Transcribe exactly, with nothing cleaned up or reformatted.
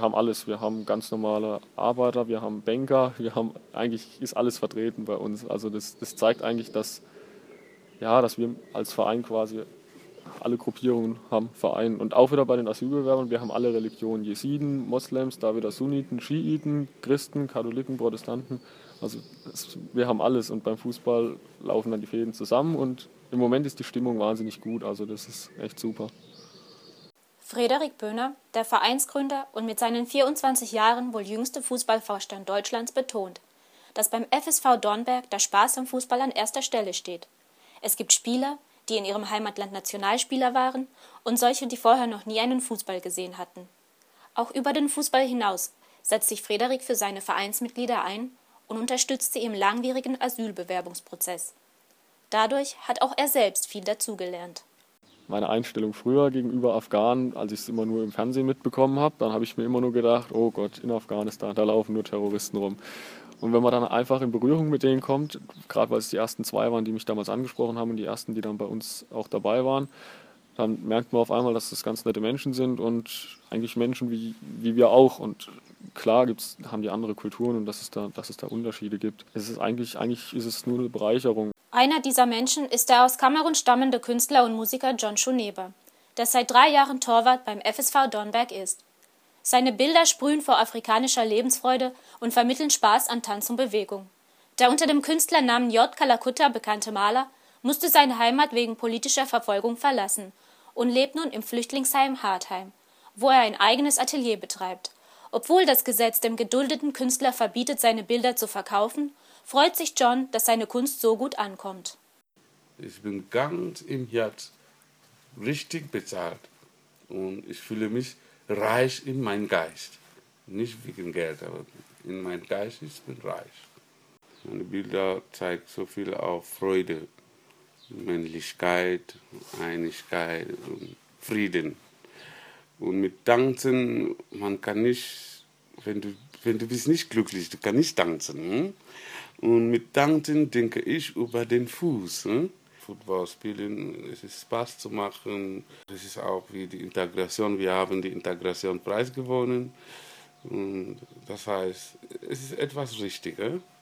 wir haben alles. Wir haben ganz normale Arbeiter, wir haben Banker, wir haben, eigentlich ist alles vertreten bei uns. Also das, das zeigt eigentlich, dass, ja, dass wir als Verein quasi alle Gruppierungen haben, Verein. Und auch wieder bei den Asylbewerbern, wir haben alle Religionen, Jesiden, Moslems, da wieder Sunniten, Schiiten, Christen, Katholiken, Protestanten. Also es, wir haben alles und beim Fußball laufen dann die Fäden zusammen und im Moment ist die Stimmung wahnsinnig gut, also das ist echt super. Frederik Böhner, der Vereinsgründer und mit seinen vierundzwanzig Jahren wohl jüngste Fußballvorstand Deutschlands, betont, dass beim F S V Dornberg der Spaß am Fußball an erster Stelle steht. Es gibt Spieler, die in ihrem Heimatland Nationalspieler waren und solche, die vorher noch nie einen Fußball gesehen hatten. Auch über den Fußball hinaus setzt sich Frederik für seine Vereinsmitglieder ein und unterstützt sie im langwierigen Asylbewerbungsprozess. Dadurch hat auch er selbst viel dazugelernt. Meine Einstellung früher gegenüber Afghanen, als ich es immer nur im Fernsehen mitbekommen habe, dann habe ich mir immer nur gedacht, oh Gott, in Afghanistan, da laufen nur Terroristen rum. Und wenn man dann einfach in Berührung mit denen kommt, gerade weil es die ersten zwei waren, die mich damals angesprochen haben und die ersten, die dann bei uns auch dabei waren, dann merkt man auf einmal, dass das ganz nette Menschen sind und eigentlich Menschen wie, wie wir auch. Und klar gibt's, haben die andere Kulturen und dass es da, dass es da Unterschiede gibt. Es ist eigentlich, eigentlich ist es nur eine Bereicherung. Einer dieser Menschen ist der aus Kamerun stammende Künstler und Musiker John Schuneba, der seit drei Jahren Torwart beim F S V Dornberg ist. Seine Bilder sprühen vor afrikanischer Lebensfreude und vermitteln Spaß an Tanz und Bewegung. Der unter dem Künstlernamen J. Kalakutta bekannte Maler musste seine Heimat wegen politischer Verfolgung verlassen und lebt nun im Flüchtlingsheim Hartheim, wo er ein eigenes Atelier betreibt. Obwohl das Gesetz dem geduldeten Künstler verbietet, seine Bilder zu verkaufen, freut sich John, dass seine Kunst so gut ankommt. Ich bin ganz im Herz richtig bezahlt und ich fühle mich reich in meinem Geist. Nicht wegen Geld, aber in meinem Geist ich bin reich. Meine Bilder zeigen so viel auf Freude, Männlichkeit, Einigkeit und Frieden. Und mit Tanzen, man kann nicht, wenn du, wenn du bist nicht glücklich, du kannst nicht tanzen. Hm? Und mit Tanzen denke ich über den Fuß. Hm? Football spielen, es ist Spaß zu machen. Es ist auch wie die Integration, wir haben die Integration Preis gewonnen. Und das heißt, es ist etwas Richtiges.